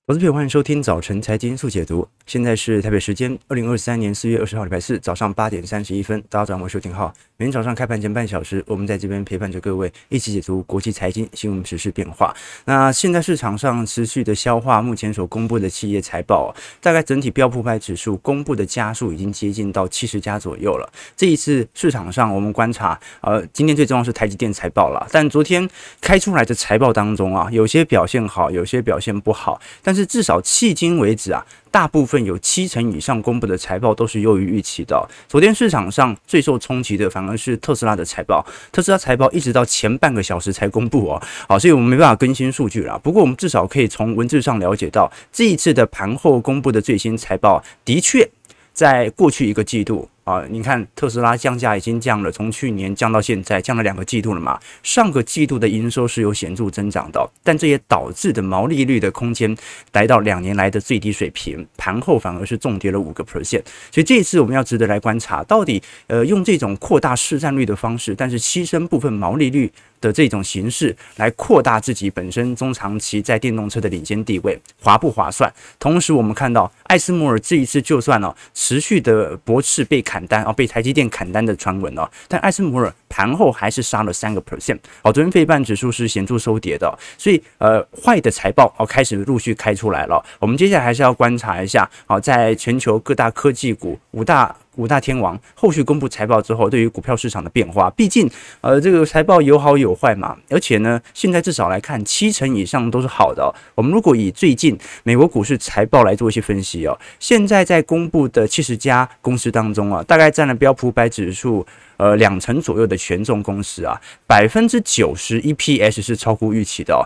投资朋友，欢迎收听早晨财经速解读。现在是台北时间2023年4月20号礼拜四早上8点31分，大家早上好，我是廷浩。每天早上开盘前半小时，我们在这边陪伴着各位一起解读国际财经新闻时事变化。那现在市场上持续的消化目前所公布的企业财报，大概整体标普500指数公布的家数已经接近到70家左右了。这一次市场上我们观察，今天最重要是台积电财报了，但昨天开出来的财报当中啊，有些表现好，有些表现不好，但是至少迄今为止啊，大部分有70%以上公布的财报都是优于预期的。昨天市场上最受冲击的反而是特斯拉的财报，特斯拉财报一直到前半个小时才公布哦，好，所以我们没办法更新数据啦。不过我们至少可以从文字上了解到，这一次的盘后公布的最新财报，的确在过去一个季度。你看特斯拉降价已经降了，从去年降到现在，降了2个季度了嘛。上个季度的营收是有显著增长的，但这也导致的毛利率的空间来到2年来的最低水平，盘后反而是重跌了5%。所以这一次我们要值得来观察，到底用这种扩大市占率的方式，但是牺牲部分毛利率的这种形式来扩大自己本身中长期在电动车的领先地位，划不划算？同时我们看到艾斯摩尔这一次就算持续的驳斥被砍单被台积电砍单的传闻但艾斯摩尔盘后还是杀了3%。昨天费半指数是显著收跌的，所以坏的财报开始陆续开出来了。我们接下来还是要观察一下在全球各大科技股五大天王后续公布财报之后，对于股票市场的变化，毕竟这个财报有好有坏嘛，而且呢，现在至少来看70%以上都是好的我们如果以最近美国股市财报来做一些分析现在在公布的70家公司当中大概占了标普500指数2成左右的权重公司90% EPS 是超乎预期的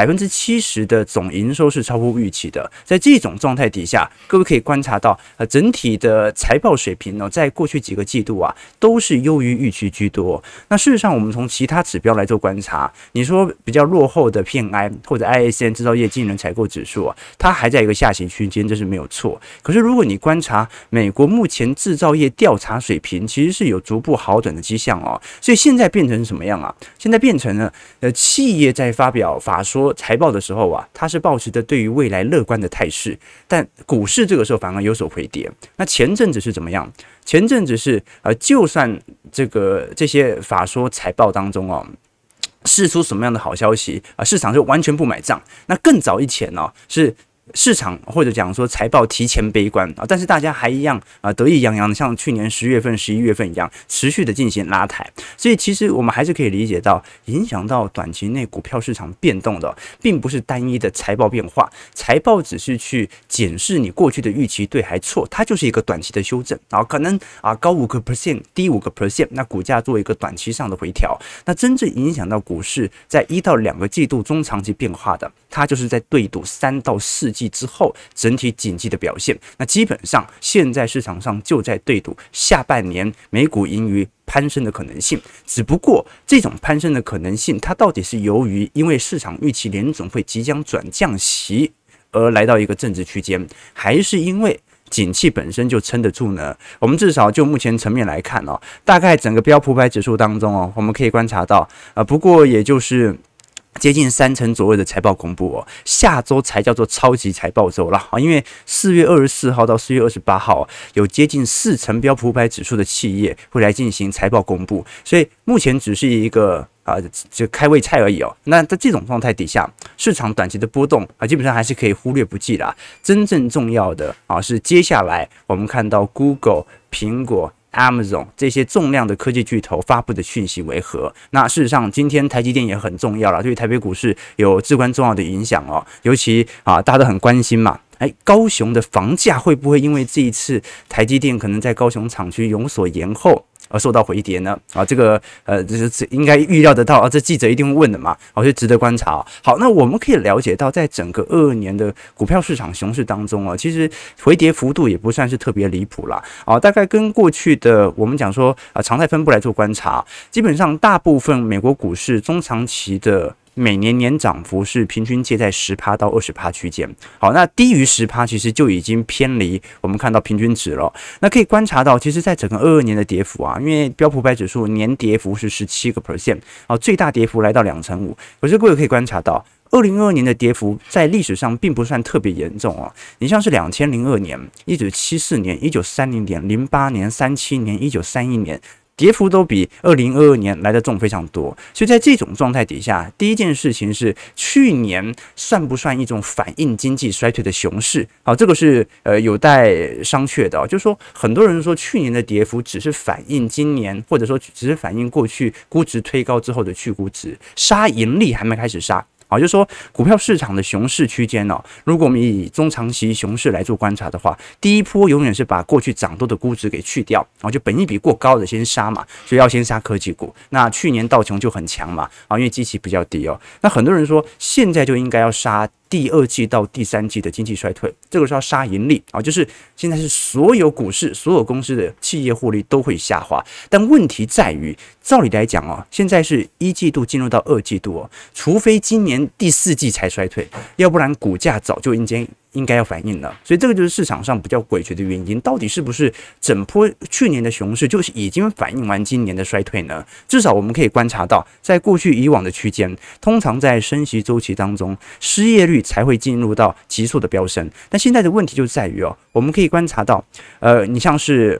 70%的总营收是超乎预期的。在这种状态底下，各位可以观察到整体的财报水平在过去几个季度都是优于预期居多。那事实上，我们从其他指标来做观察，你说比较落后的 PMI 或者 ISM 制造业经理人采购指数它还在一个下行区间，这是没有错。可是如果你观察美国目前制造业调查水平，其实是有逐步好转的迹象所以现在变成什么样现在变成了企业在发表法说财报的时候它是抱持着对于未来乐观的态势，但股市这个时候反而有所回跌。那前阵子是怎么样？前阵子是就算这些法说财报当中释出什么样的好消息市场就完全不买账。那更早以前是市场或者讲说财报提前悲观但是大家还一样得意洋洋的，像去年10月份、11月份一样，持续的进行拉抬。所以其实我们还是可以理解到，影响到短期内股票市场变动的，并不是单一的财报变化，财报只是去检视你过去的预期对还错，它就是一个短期的修正可能高5%、低5%，那股价做一个短期上的回调。那真正影响到股市在1到2个季度中长期变化的，它就是在对赌3到4季之后整体景气的表现。那基本上现在市场上就在对赌下半年美股盈余攀升的可能性，只不过这种攀升的可能性，它到底是由于因为市场预期联总会即将转降息而来到一个政治区间，还是因为景气本身就撑得住呢？我们至少就目前层面来看大概整个标普500指数当中我们可以观察到不过也就是接近3成左右的财报公布下周才叫做超级财报周了因为4月24号到4月28号有接近4成标普500指数的企业会来进行财报公布，所以目前只是一个就开胃菜而已那在这种状态底下，市场短期的波动基本上还是可以忽略不计啦。真正重要的是接下来我们看到 Google、苹果、Amazon 这些重量的科技巨头发布的讯息为何？那事实上，今天台积电也很重要了，对于台北股市有至关重要的影响尤其大家都很关心嘛。高雄的房价会不会因为这一次台积电可能在高雄厂区有所延后而受到回跌呢？这个这应该预料得到这记者一定会问的嘛，所以值得观察好，那我们可以了解到，在整个22年的股票市场熊市当中其实回跌幅度也不算是特别离谱啦大概跟过去的我们讲说常态分布来做观察，基本上大部分美国股市中长期的每年年涨幅是平均介在10%到20%区间。好，那低于10%其实就已经偏离我们看到平均值了。那可以观察到，其实在整个22年的跌幅因为标普500指数年跌幅是17%，最大跌幅来到2.5%。可是各位可以观察到 2022年的跌幅在历史上并不算特别严重哦。你像是2002年、1974年、1930年、08年、37年、1931年。跌幅都比2022年来得重非常多，所以在这种状态底下，第一件事情是去年算不算一种反映经济衰退的熊市？好，这个是有待商榷的就是说，很多人说去年的跌幅只是反映今年，或者说只是反映过去估值推高之后的去估值，杀盈利还没开始杀。好，就是说股票市场的熊市区间如果我们以中长期熊市来做观察的话，第一波永远是把过去涨多的估值给去掉，就本益比过高的先杀嘛，所以要先杀科技股。那去年道琼就很强嘛，因为基期比较低那很多人说现在就应该要杀第二季到第三季的经济衰退，这个是要杀盈利就是现在是所有股市、所有公司的企业获利都会下滑，但问题在于，照理来讲现在是一季度进入到二季度除非今年第四季才衰退，要不然股价早就应该要反映了，所以这个就是市场上比较诡谲的原因。到底是不是整波去年的熊市就是已经反映完今年的衰退呢？至少我们可以观察到，在过去以往的区间，通常在升息周期当中，失业率才会进入到急速的飙升。但现在的问题就在于我们可以观察到，你像是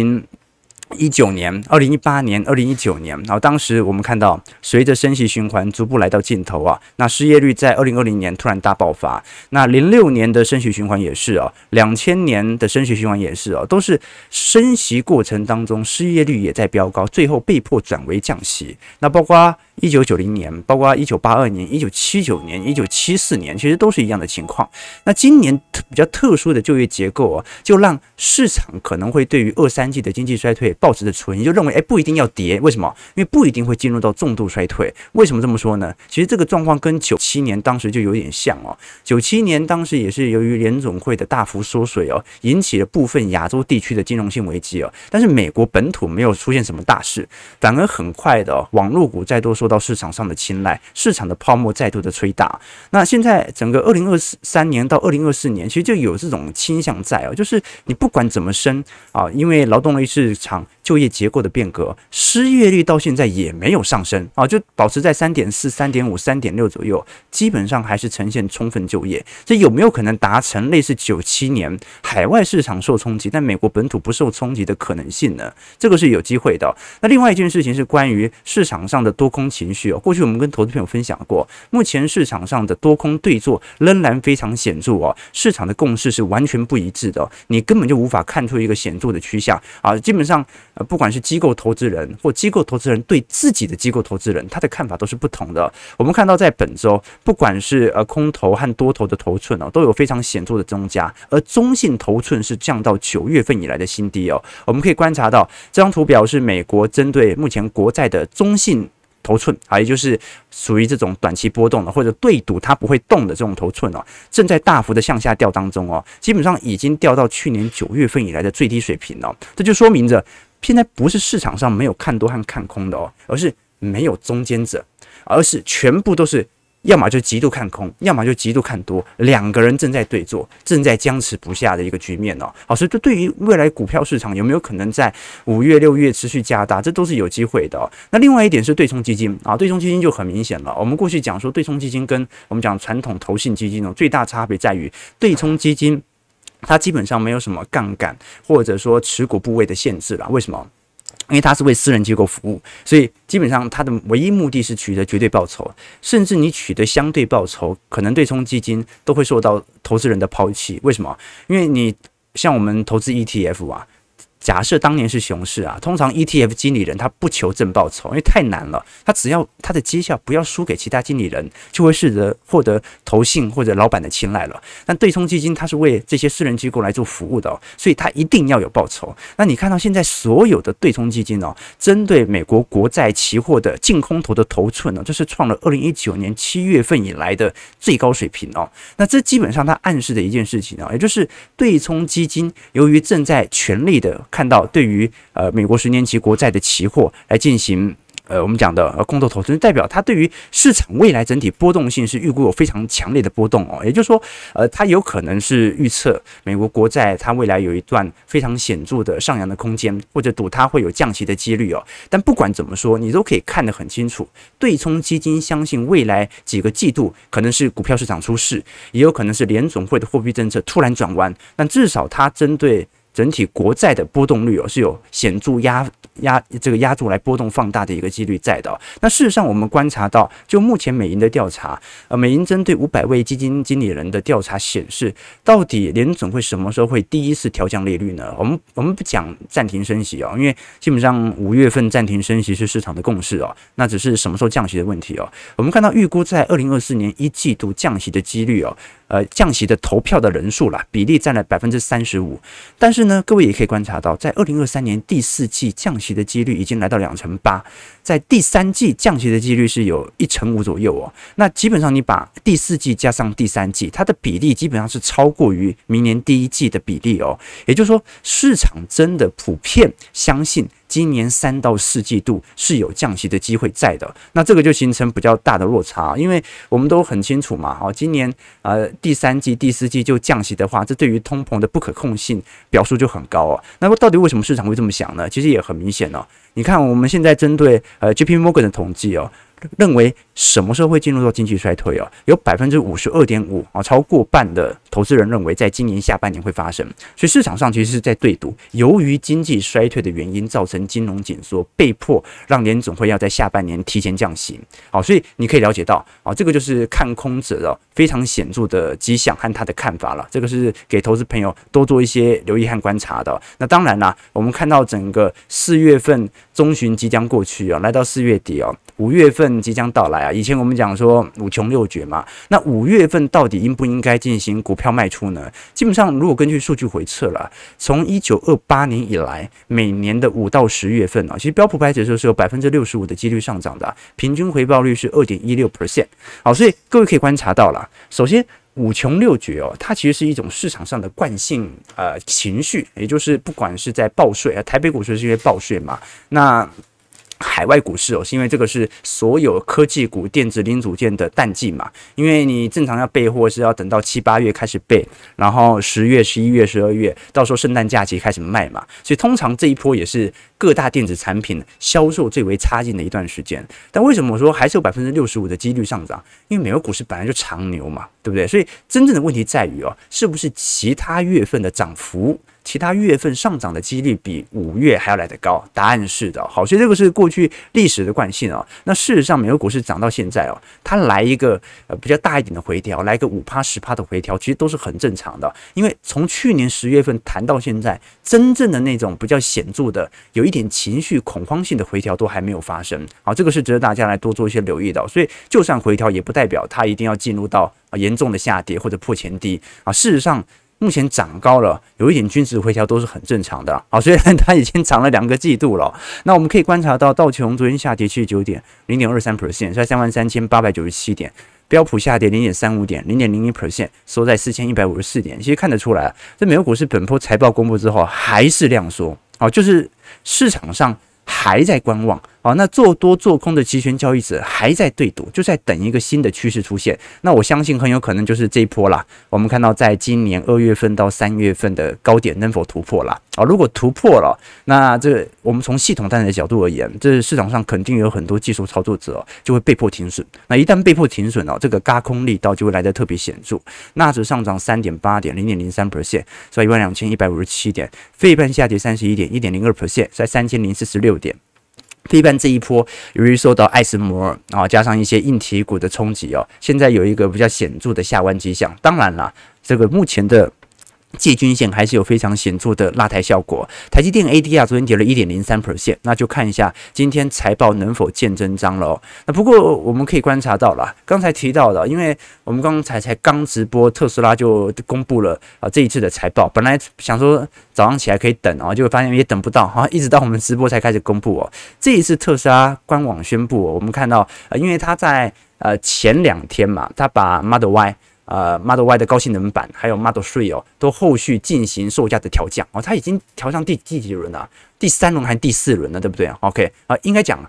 2019年、2018年、2019年，然后当时我们看到，随着升息循环逐步来到尽头那失业率在2020年突然大爆发。那06年的升息循环也是2000年的升息循环也是都是升息过程当中失业率也在飙高，最后被迫转为降息。那包括1990年，包括1982年、1979年、1974年，其实都是一样的情况。那今年比较特殊的就业结构就让市场可能会对于2、3季的经济衰退抱持的存疑，就认为不一定要跌，为什么？因为不一定会进入到重度衰退。为什么这么说呢？其实这个状况跟97年当时就有点像97年当时也是由于联总会的大幅缩水引起了部分亚洲地区的金融性危机但是美国本土没有出现什么大事，反而很快的网络股再度受到市场上的青睐，市场的泡沫再度的吹大。那现在整个2023年到2024年，其实就有这种倾向在就是你不管怎么升因为劳动力市场就业结构的变革，失业率到现在也没有上升就保持在3.4、3.5、3.6左右，基本上还是呈现充分就业。这有没有可能达成类似97年海外市场受冲击，但美国本土不受冲击的可能性呢？这个是有机会的那另外一件事情是关于市场上的多空情绪过去我们跟投资朋友分享过，目前市场上的多空对坐仍然非常显著市场的共识是完全不一致的你根本就无法看出一个显著的趋向基本上不管是机构投资人或机构投资人对自己的机构投资人，他的看法都是不同的。我们看到在本周，不管是空头和多头的头寸都有非常显著的增加，而中性头寸是降到9月份以来的新低我们可以观察到这张图表是美国针对目前国债的中性头寸也就是属于这种短期波动的或者对赌它不会动的这种头寸正在大幅的向下掉当中基本上已经掉到去年9月份以来的最低水平这就说明着现在不是市场上没有看多和看空的而是没有中间者，而是全部都是要么就极度看空，要么就极度看多，两个人正在对坐，正在僵持不下的一个局面所以这对于未来股票市场有没有可能在5月、6月持续加大，这都是有机会的那另外一点是对冲基金对冲基金就很明显了。我们过去讲说对冲基金跟我们讲传统投信基金最大差别在于对冲基金它基本上没有什么杠杆或者说持股部位的限制啦。为什么？因为它是为私人机构服务，所以基本上它的唯一目的是取得绝对报酬，甚至你取得相对报酬，可能对冲基金都会受到投资人的抛弃。为什么？因为你像我们投资 ETF假设当年是熊市通常 ETF 经理人他不求正报酬，因为太难了，他只要他的绩效不要输给其他经理人，就会试着获得投信或者老板的青睐了。但对冲基金它是为这些私人机构来做服务的所以它一定要有报酬。那你看到现在所有的对冲基金针对美国国债期货的净空头的头寸这是创了2019年7月份以来的最高水平那这基本上它暗示的一件事情也就是对冲基金由于正在全力的看到对于美国10年期国债的期货来进行我们讲的空头投资，代表它对于市场未来整体波动性是预估有非常强烈的波动哦。也就是说，它有可能是预测美国国债它未来有一段非常显著的上扬的空间，或者赌它会有降息的几率哦。但不管怎么说，你都可以看得很清楚，对冲基金相信未来几个季度可能是股票市场出事，也有可能是联总会的货币政策突然转弯，但至少它针对整体国债的波动率是有显著压住来波动放大的一个几率在的。那事实上，我们观察到，就目前美银的调查，美银针对500位基金经理人的调查显示，到底联总会什么时候会第一次调降利率呢？我们不讲暂停升息哦，因为基本上5月份暂停升息是市场的共识哦，那只是什么时候降息的问题哦。我们看到预估在2024年1季度降息的几率哦。降息的投票的人数啦，比例占了35%，但是呢，各位也可以观察到，在2023年第4季降息的几率已经来到2%8%，在第3季降息的几率是有1%5左右哦。那基本上你把第4季加上第3季，它的比例基本上是超过于明年第1季的比例哦。也就是说，市场真的普遍相信今年3到4季度是有降息的机会在的，那这个就形成比较大的落差，因为我们都很清楚嘛，今年第3季、第4季就降息的话，这对于通膨的不可控性表述就很高哦。那到底为什么市场会这么想呢？其实也很明显哦。你看我们现在针对JP Morgan 的统计哦，认为什么时候会进入到经济衰退哦？有52.5%啊，超过半的投资人认为在今年下半年会发生。所以市场上其实是在对赌，由于经济衰退的原因造成金融紧缩，被迫让联总会要在下半年提前降息。好，所以你可以了解到啊，这个就是看空者的非常显著的迹象和他的看法了。这个是给投资朋友多做一些留意和观察的。那当然啦，我们看到整个4月份中旬即将过去啊，来到4月底哦，5月份即将到来啊。以前我们讲说五穷六绝嘛，那5月份到底应不应该进行股票卖出呢？基本上如果根据数据回测了，从1928年以来，每年的5到10月份啊，其实标普500指数是有65%的几率上涨的，平均回报率是2.16%。好，所以各位可以观察到了，首先五穷六绝哦，它其实是一种市场上的惯性情绪，也就是不管是在报税台北股市是因为报税嘛，那海外股市哦，是因为这个是所有科技股、电子零组件的淡季嘛，因为你正常要备货是要等到7、8月开始备，然后10月、11月、12月，到时候圣诞假期开始卖嘛，所以通常这一波也是各大电子产品销售最为差劲的一段时间。但为什么我说还是有65%的几率上涨？因为美国股市本来就长牛嘛，对不对？所以真正的问题在于哦，是不是其他月份的涨幅？其他月份上涨的几率比5月还要来得高，答案是的。好，所以这个是过去历史的惯性哦。那事实上，美国股市涨到现在哦，它来一个比较大一点的回调，来一个5%、10%的回调，其实都是很正常的。因为从去年10月份谈到现在，真正的那种比较显著的、有一点情绪恐慌性的回调都还没有发生。好，这个是值得大家来多做一些留意的。所以，就算回调，也不代表它一定要进入到严重的下跌或者破前低啊。事实上，目前涨高了，有一点均值回调都是很正常的。好，虽然它已经涨了2个季度了，那我们可以观察到道琼昨天下跌79点 0.23%， 在33,897点；标普下跌 0.35点 0.01%， 收在4154点。其实看得出来，这美国股市本波财报公布之后还是量缩，好，就是市场上还在观望。好，那做多做空的期权交易者还在对赌，就在等一个新的趋势出现。那我相信很有可能就是这一波啦。我们看到在今年2月份到3月份的高点能否突破啦？如果突破了，那这我们从系统单的角度而言，这市场上肯定有很多技术操作者就会被迫停损。那一旦被迫停损这个轧空力道就会来得特别显著。纳指上涨3.8点 0.03%， 在12157点；费半下跌31点 1.02%， 在3046点。费半这一波由于受到艾斯摩尔加上一些硬体股的冲击现在有一个比较显著的下弯迹象。当然啦，这个目前的季均线还是有非常显著的拉抬效果。台积电 ADR 昨天跌了 1.03%， 那就看一下今天财报能否见真章了那不过我们可以观察到了，刚才提到的，因为我们刚直播，特斯拉就公布了这一次的财报。本来想说早上起来可以等结果发现也等不到一直到我们直播才开始公布这一次特斯拉官网宣布我们看到因为他在前2天嘛，他把 Model Y。Model Y 的高性能版还有 Model 3都后续进行售价的调降它已经调上第几轮了？第3轮还是第4轮了，对不对？OK 应该讲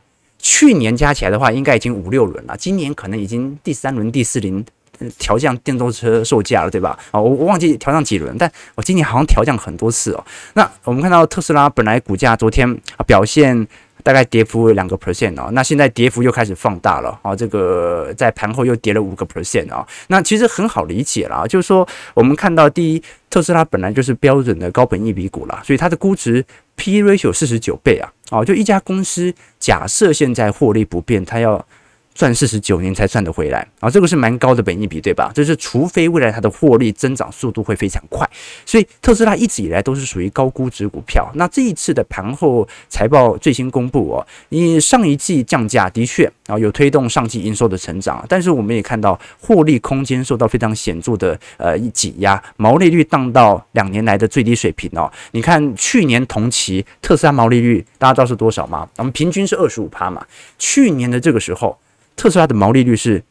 去年加起来的话，应该已经5、6轮了，今年可能已经第3轮、第4轮。调降电动车售价了，对吧？我忘记调降几轮，但我今年好像调降很多次哦。那我们看到特斯拉本来股价昨天表现大概跌幅2% 哦，那现在跌幅又开始放大了哦，这个在盘后又跌了5% 哦。那其实很好理解啦，就是说我们看到第一，特斯拉本来就是标准的高本益比股啦，所以它的估值 P/E ratio 49倍啊，哦，就一家公司假设现在获利不变，它要赚49年才赚得回来啊，这个是蛮高的本益比，对吧？就是除非未来它的获利增长速度会非常快，所以特斯拉一直以来都是属于高估值股票。那这一次的盘后财报最新公布哦，因上一季降价的确啊有推动上季营收的成长，但是我们也看到获利空间受到非常显著的挤压，毛利率荡到2年来的最低水平哦。你看去年同期特斯拉毛利率大家知道是多少吗？我们平均是25%嘛，去年的这个时候。特斯拉的毛利率是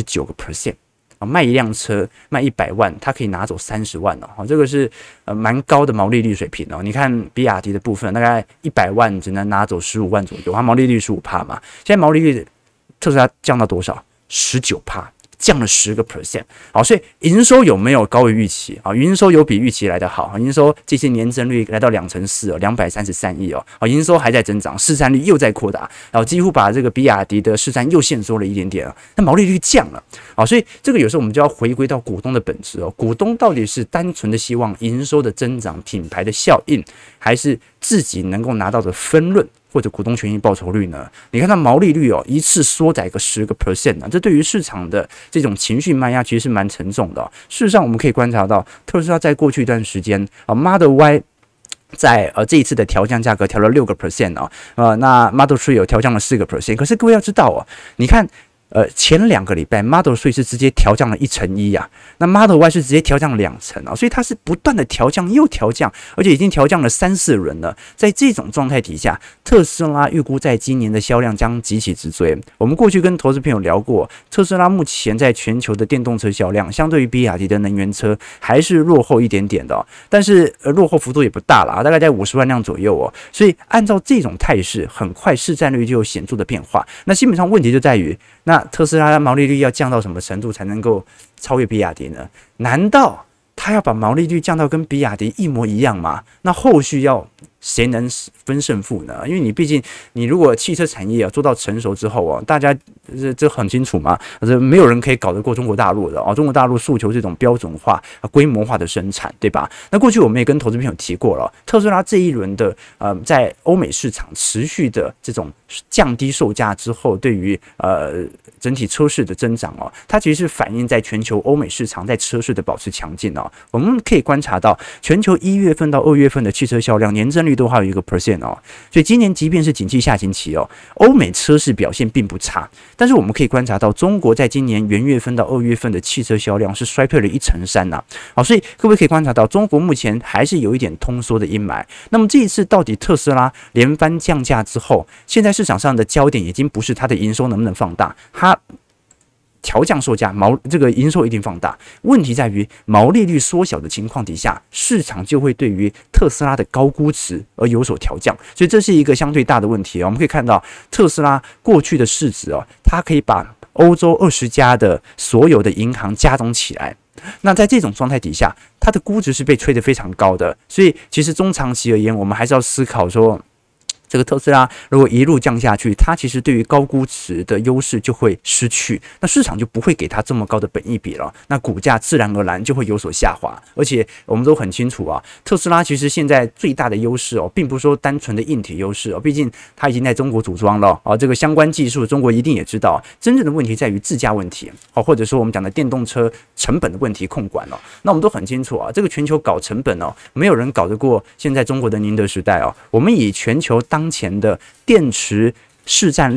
29%，卖一辆车卖100万，它可以拿走30万哦，这个是蛮高的毛利率水平哦。你看比亚迪的部分，大概100万只能拿走15万左右，它毛利率15%嘛，现在毛利率特斯拉降到多少？19%。降了10%，好，所以营收有没有高于预期啊？营收有比预期来得好，营收这些年增率来到2%哦，233亿哦，营收还在增长，市占率又在扩大，然后几乎把这个比亚迪的市占又限缩了一点点啊，那毛利率降了，好，所以这个有时候我们就要回归到股东的本质哦，股东到底是单纯的希望营收的增长、品牌的效应，还是自己能够拿到的分润？或者股东权益报酬率呢？你看它毛利率哦，一次缩窄个10%呢，这对于市场的这种情绪卖压其实是蛮沉重的哦。事实上，我们可以观察到，特斯拉在过去一段时间啊 ，Model Y 在这一次的调降价格调了6% 哦，那 Model 3有调降了4%。可是各位要知道哦，你看。前2个礼拜 Model 3是直接调降了1%呀，那 Model Y 是直接调降了2%啊，所以它是不断的调降又调降，而且已经调降了3、4轮了。在这种状态底下，特斯拉预估在今年的销量将急起直追。我们过去跟投资朋友聊过，特斯拉目前在全球的电动车销量，相对于比亚迪的能源车还是落后一点点的，但是落后幅度也不大啦，大概在50万辆左右哦。所以按照这种态势，很快市占率就有显著的变化。那基本上问题就在于那。特斯拉的毛利率要降到什么程度才能够超越比亚迪呢？难道他要把毛利率降到跟比亚迪一模一样吗？那后续要谁能分胜负呢？因为你毕竟你如果汽车产业做到成熟之后哦，大家这很清楚嘛，没有人可以搞得过中国大陆的哦。中国大陆诉求这种标准化、规模化的生产，对吧？那过去我们也跟投资朋友提过了，特斯拉这一轮的在欧美市场持续的这种降低售价之后，对于整体车市的增长哦，它其实是反映在全球欧美市场在车市的保持强劲哦。我们可以观察到，全球1月份到2月份的汽车销量年增率都还有1%哦，所以今年即便是景气下行期哦，欧美车市表现并不差。但是我们可以观察到，中国在今年元月份到2月份的汽车销量是衰退了1%呐。好，所以各位可以观察到，中国目前还是有一点通缩的阴霾。那么这一次到底特斯拉连番降价之后，现在市场上的焦点已经不是它的营收能不能放大，它调降售价，这个营收一定放大。问题在于毛利率缩小的情况底下，市场就会对于特斯拉的高估值而有所调降，所以这是一个相对大的问题。我们可以看到，特斯拉过去的市值哦，它可以把欧洲20家的所有的银行加总起来。那在这种状态底下，它的估值是被吹得非常高的，所以其实中长期而言，我们还是要思考说，这个特斯拉如果一路降下去，它其实对于高估值的优势就会失去，那市场就不会给它这么高的本益比了，那股价自然而然就会有所下滑。而且我们都很清楚啊，特斯拉其实现在最大的优势哦，并不是说单纯的硬体优势哦，毕竟它已经在中国组装了哦，这个相关技术中国一定也知道，真正的问题在于自驾问题哦，或者说我们讲的电动车成本的问题控管哦。那我们都很清楚啊，这个全球搞成本哦，没有人搞得过现在中国的宁德时代哦。我们以全球当前的电池市占率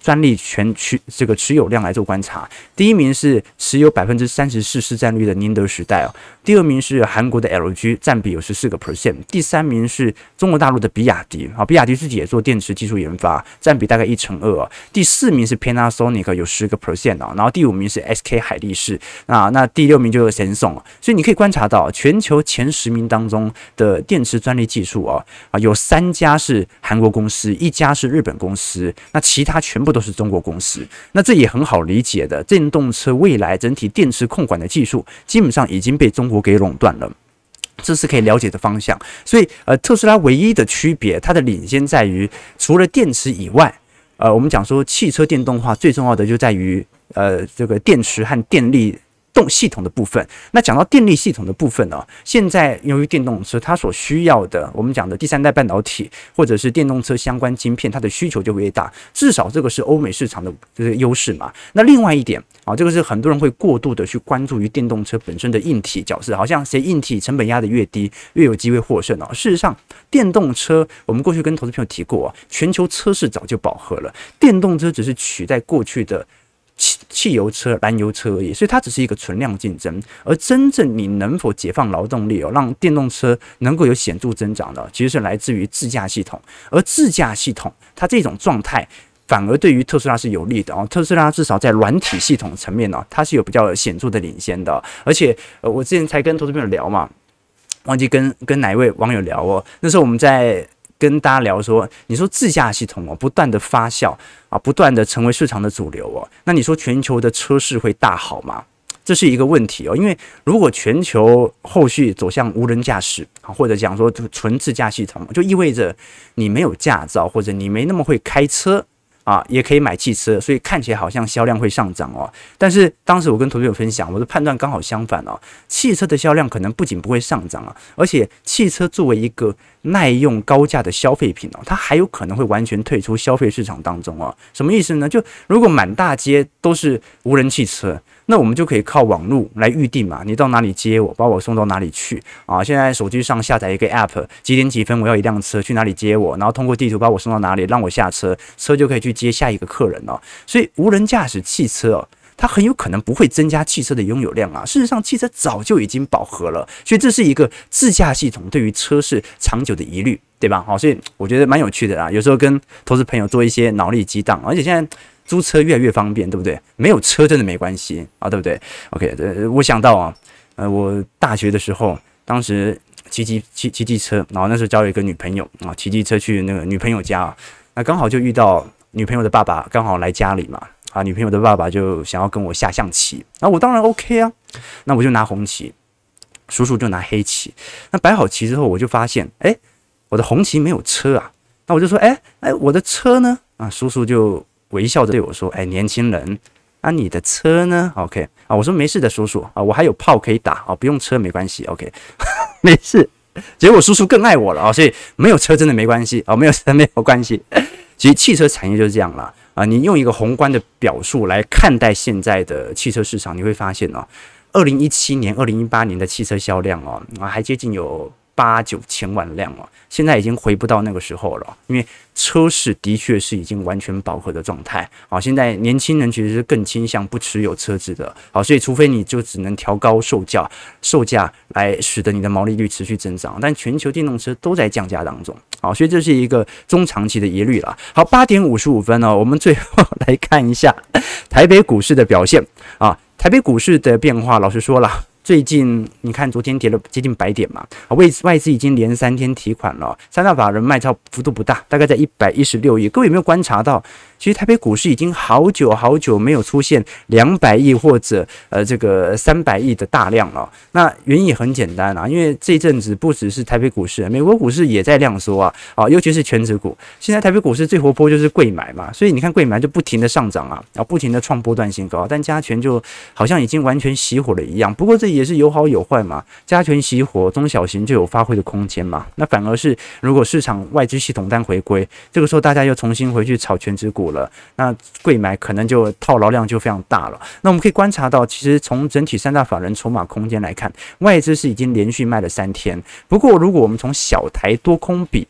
专利权这个持有量来做观察，第一名是持有34%市占率的宁德时代哦，第二名是韩国的 LG， 占比有14%，第三名是中国大陆的比亚迪啊，比亚迪自己也做电池技术研发，占比大概1/2哦，第四名是 Panasonic 有10%哦，然后第五名是 SK 海力士，那第六名就是 Samsung， 所以你可以观察到全球前10名当中的电池专利技术有3家是韩国公司，1家是日本公司，那其他全部都是中国公司。那这也很好理解的，电动车未来整体电池控管的技术基本上已经被中国给垄断了。这是可以了解的方向，所以特斯拉唯一的区别，它的领先在于除了电池以外，我们讲说汽车电动化最重要的就在于这个电池和电力系统的部分。那讲到电力系统的部分呢，现在由于电动车它所需要的，我们讲的第三代半导体或者是电动车相关晶片，它的需求就会大，至少这个是欧美市场的这个优势嘛。那另外一点这个是很多人会过度的去关注于电动车本身的硬体角色，好像谁硬体成本压得越低，越有机会获胜事实上，电动车我们过去跟投资朋友提过全球车市早就饱和了，电动车只是取代过去的汽油车、燃油车而已，所以它只是一个存量竞争。而真正你能否解放劳动力让电动车能够有显著增长的，其实是来自于自驾系统。而自驾系统它这种状态，反而对于特斯拉是有利的特斯拉至少在软体系统层面它是有比较显著的领先的。而且我之前才跟投资朋友聊嘛，忘记跟哪一位网友聊那时候我们在跟大家聊说，你说自驾系统不断的发酵不断的成为市场的主流那你说全球的车市会大好吗？这是一个问题因为如果全球后续走向无人驾驶或者讲说纯自驾系统，就意味着你没有驾照或者你没那么会开车也可以买汽车，所以看起来好像销量会上涨但是当时我跟投资者分享，我的判断刚好相反汽车的销量可能不仅不会上涨而且汽车作为一个耐用高价的消费品它还有可能会完全退出消费市场当中什么意思呢？就如果满大街都是无人汽车，那我们就可以靠网络来预定嘛，你到哪里接我，把我送到哪里去现在手机上下载一个 App， 几点几分我要一辆车，去哪里接我，然后通过地图把我送到哪里，让我下车，车就可以去接下一个客人所以无人驾驶汽车它很有可能不会增加汽车的拥有量事实上，汽车早就已经饱和了，所以这是一个自驾系统对于车市长久的疑虑，对吧？所以我觉得蛮有趣的啦。有时候跟投资朋友做一些脑力激荡，而且现在租车越来越方便，对不对？没有车真的没关系对不对 ？OK， 我想到我大学的时候，当时骑机车，然后那时候交了一个女朋友骑机车去那个女朋友家那刚好就遇到女朋友的爸爸刚好来家里嘛。女朋友的爸爸就想要跟我下象棋，然后我当然 OK 那我就拿红棋，叔叔就拿黑棋。那摆好棋之后，我就发现，我的红棋没有车那我就说，我的车呢？叔叔就微笑着对我说，年轻人，你的车呢 ？OK 我说没事的，叔叔我还有炮可以打不用车没关系 ，OK 没事。结果叔叔更爱我了所以没有车真的没关系没有车没有关系。其实汽车产业就是这样了你用一个宏观的表述来看待现在的汽车市场，你会发现2017年、2018年的汽车销量还接近有8-9千万辆现在已经回不到那个时候了，因为车市的确是已经完全饱和的状态现在年轻人其实是更倾向不持有车子的所以除非你就只能调高售价来使得你的毛利率持续增长，但全球电动车都在降价当中所以这是一个中长期的疑虑了。好，8点55分我们最后来看一下台北股市的表现台北股市的变化，老实说了。最近你看，昨天跌了接近100点嘛，外资已经连3天提款了，三大法人卖超幅度不大，大概在116亿。各位有没有观察到，其实台北股市已经好久没有出现200亿或者这个300亿的大量了。那原因也很简单因为这一阵子不只是台北股市，美国股市也在量缩尤其是全指股。现在台北股市最活泼就是柜买嘛，所以你看柜买就不停的上涨不停的创波段新高，但加权就好像已经完全熄火了一样。不过这也是有好有坏嘛，加权熄火，中小型就有发挥的空间嘛。那反而是如果市场外资系统单回归，这个时候大家又重新回去炒全指股了，那柜买可能就套牢量就非常大了。那我们可以观察到，其实从整体三大法人筹码空间来看，外资是已经连续卖了3天。不过如果我们从小台多空比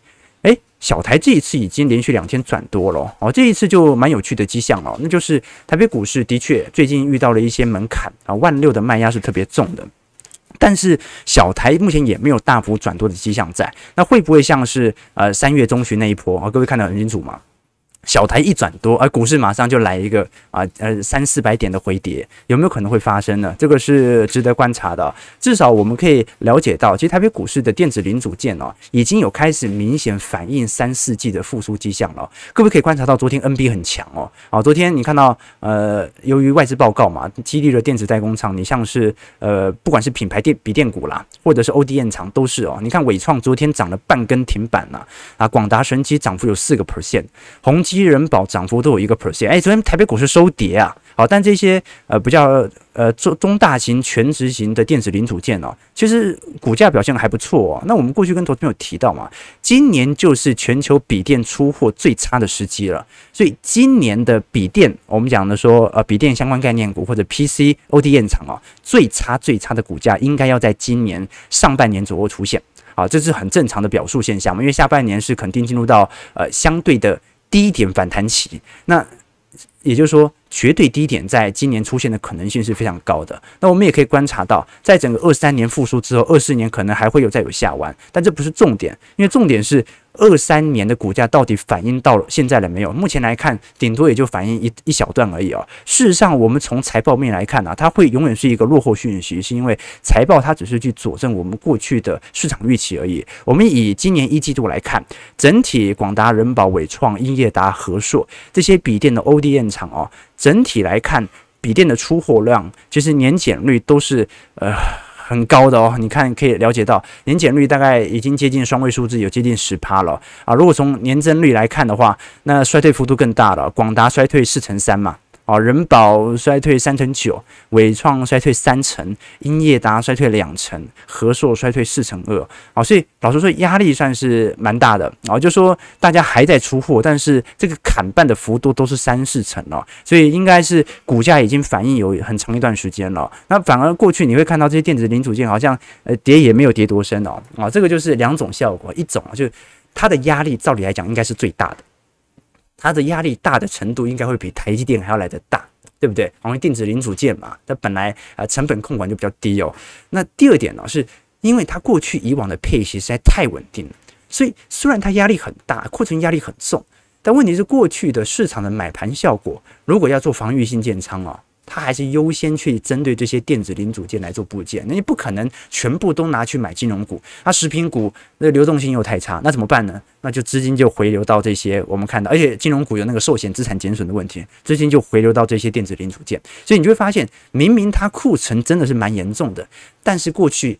小台这一次已经连续2天转多了哦，这一次就蛮有趣的迹象了，那就是台北股市的确最近遇到了一些门槛啊，16000的卖压是特别重的。但是小台目前也没有大幅转多的迹象在，那会不会像是3月中旬那一波啊？各位看得很清楚吗？小台一转多，而股市马上就来一个300-400点的回跌，有没有可能会发生呢？这个是值得观察的。至少我们可以了解到，其实台北股市的电子零组件已经有开始明显反映3、4季的复苏迹象了。各位可以观察到，昨天 NB 很强昨天你看到由于外资报告嘛，激励了电子代工厂，你像是不管是品牌笔电股啦，或者是 ODM 厂都是你看伟创昨天涨了半根停板广达、神基涨幅有4%，宏基、人保涨幅都有1%，昨天台北股市收跌啊，好，但这些比较中大型全值型的电子零组件其实股价表现还不错那我们过去跟投资朋友提到嘛，今年就是全球笔电出货最差的时机了，所以今年的笔电，我们讲的说笔电相关概念股或者 PC ODM 厂最差的股价应该要在今年上半年左右出现这是很正常的表述现象嘛，因为下半年是肯定进入到相对的低点反弹期，那也就是说，绝对低点在今年出现的可能性是非常高的。那我们也可以观察到，在整个23年复苏之后，24年可能还会再有下弯，但这不是重点，因为重点是23年的股价到底反映到现在了没有？目前来看，顶多也就反映一小段而已事实上，我们从财报面来看它会永远是一个落后讯息，是因为财报它只是去佐证我们过去的市场预期而已。我们以今年1季度来看，整体广达、人保、伟创、英业达、和硕这些笔电的 ODM 厂整体来看，笔电的出货量其实年减率都是很高的你看可以了解到年减率大概已经接近双位数字，有接近10%了如果从年增率来看的话，那衰退幅度更大了，广达衰退4%嘛。人保衰退3%9%，伟创衰退3%，英业达衰退2%，和硕衰退4%2%。所以老实说压力算是蛮大的就说大家还在出货，但是这个砍半的幅度都是3-4%所以应该是股价已经反映有很长一段时间了。那反而过去你会看到这些电子零组件好像跌也没有跌多深这个就是2种效果，一种就是它的压力照理来讲应该是最大的。它的压力大的程度应该会比台积电还要来得大，对不对？因为电子零组件嘛，它本来成本控管就比较低那第二点是因为它过去以往的配息实在太稳定了，所以虽然它压力很大，库存压力很重，但问题是过去的市场的买盘效果，如果要做防御性建仓它还是优先去针对这些电子零组件来做部件，那你不可能全部都拿去买金融股，食品股的流动性又太差，那怎么办呢？那就资金就回流到这些我们看到，而且金融股有那个寿险资产减损的问题，资金就回流到这些电子零组件，所以你就会发现，明明它库存真的是蛮严重的，但是过去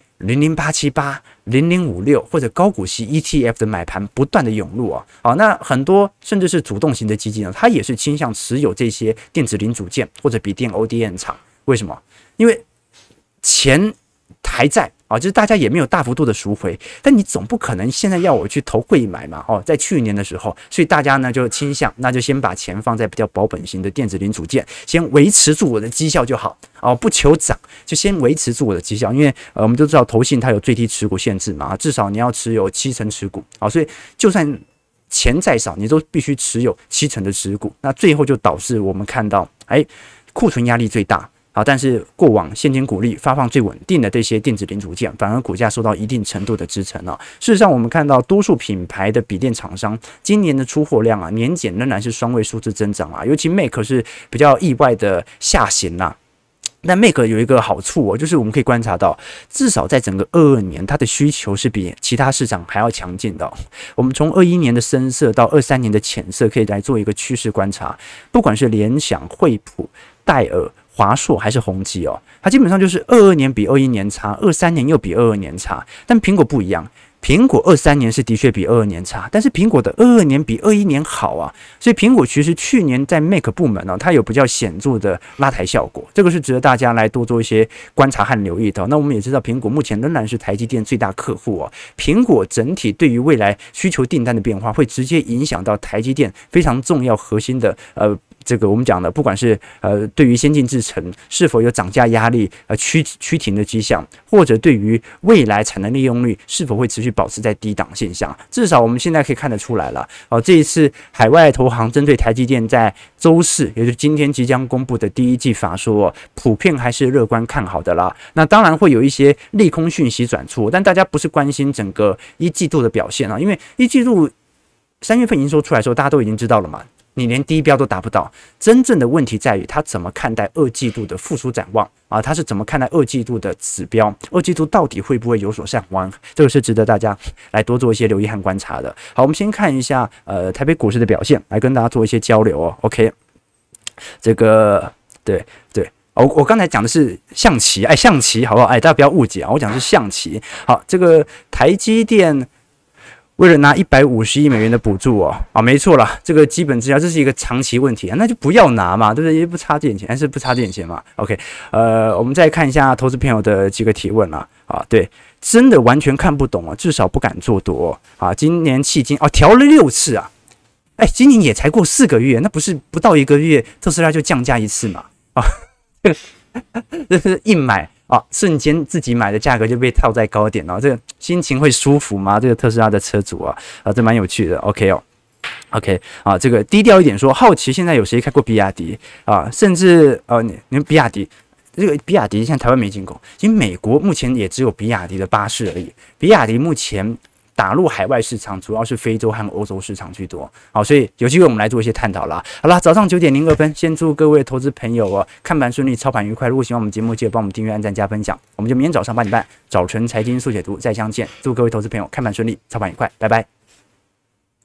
00878、0056或者高股息 ETF 的买盘不断的涌入那很多甚至是主动型的基金它也是倾向持有这些电子零组件或者笔电 ODM 厂，为什么？因为钱还在就是大家也没有大幅度的赎回，但你总不可能现在要我去投会买嘛在去年的时候，所以大家呢就倾向那就先把钱放在比较保本型的电子零组件，先维持住我的绩效就好不求涨，就先维持住我的绩效，因为我们都知道投信它有最低持股限制嘛，至少你要持有70%持股所以就算钱再少，你都必须持有70%的持股，那最后就导致我们看到库存压力最大但是过往现金股利发放最稳定的这些电子零组件，反而股价受到一定程度的支撑事实上，我们看到多数品牌的笔电厂商今年的出货量年减仍然是双位数字增长尤其 Mac 是比较意外的下行但 Mac 有一个好处就是我们可以观察到，至少在整个22年，它的需求是比其他市场还要强劲的我们从21年的深色到23年的浅色，可以来做一个趋势观察。不管是联想、惠普、戴尔、华硕还是宏基它基本上就是22年比21年差，23年又比22年差。但苹果不一样，苹果23年是的确比22年差，但是苹果的22年比21年好所以苹果其实去年在 Mac 部门它有比较显著的拉抬效果，这个是值得大家来多做一些观察和留意的那我们也知道，苹果目前仍然是台积电最大客户苹果整体对于未来需求订单的变化，会直接影响到台积电非常重要核心的这个我们讲的，不管是对于先进制程是否有涨价压力趋停的迹象，或者对于未来产能利用率是否会持续保持在低档现象，至少我们现在可以看得出来了。这一次海外投行针对台积电在周四，也就是今天即将公布的第一季法说，普遍还是乐观看好的啦。那当然会有一些利空讯息转出，但大家不是关心整个一季度的表现啊，因为一季度3月份营收出来的时候，大家都已经知道了嘛。你连低标都达不到，真正的问题在于他怎么看待二季度的复苏展望啊？他是怎么看待二季度的指标？二季度到底会不会有所上弯？这个是值得大家来多做一些留意和观察的。好，我们先看一下台北股市的表现，来跟大家做一些交流哦。OK， 这个对。我刚才讲的是象棋，象棋好不好？大家不要误解啊，我讲的是象棋。好，这个台积电。为了拿150亿美元的补助没错啦，这个基本资料这是一个长期问题那就不要拿嘛，对不对？也不差这点钱，还是不差这点钱嘛。OK， 我们再看一下投资朋友的几个提问啦。对，真的完全看不懂至少不敢做多今年迄今调了6次今年也才过4个月，那不是不到1个月特斯拉就降价1次嘛？这是硬买。瞬间自己买的价格就被套在高点这个心情会舒服吗？这个特斯拉的车主这蛮有趣的。OK， 这个低调一点说，好奇现在有谁开过比亚迪甚至你们比亚迪这个比亚迪现在台湾没进口，其实美国目前也只有比亚迪的巴士而已。比亚迪目前打入海外市场主要是非洲和欧洲市场居多，所以有机会我们来做一些探讨啦。好啦，早上9点02分，先祝各位投资朋友看盘顺利，操盘愉快。如果喜欢我们节目，记得帮我们订阅、按赞、加分享。我们就明天早上8点半早晨财经速解读再相见。祝各位投资朋友看盘顺利，操盘愉快，拜拜。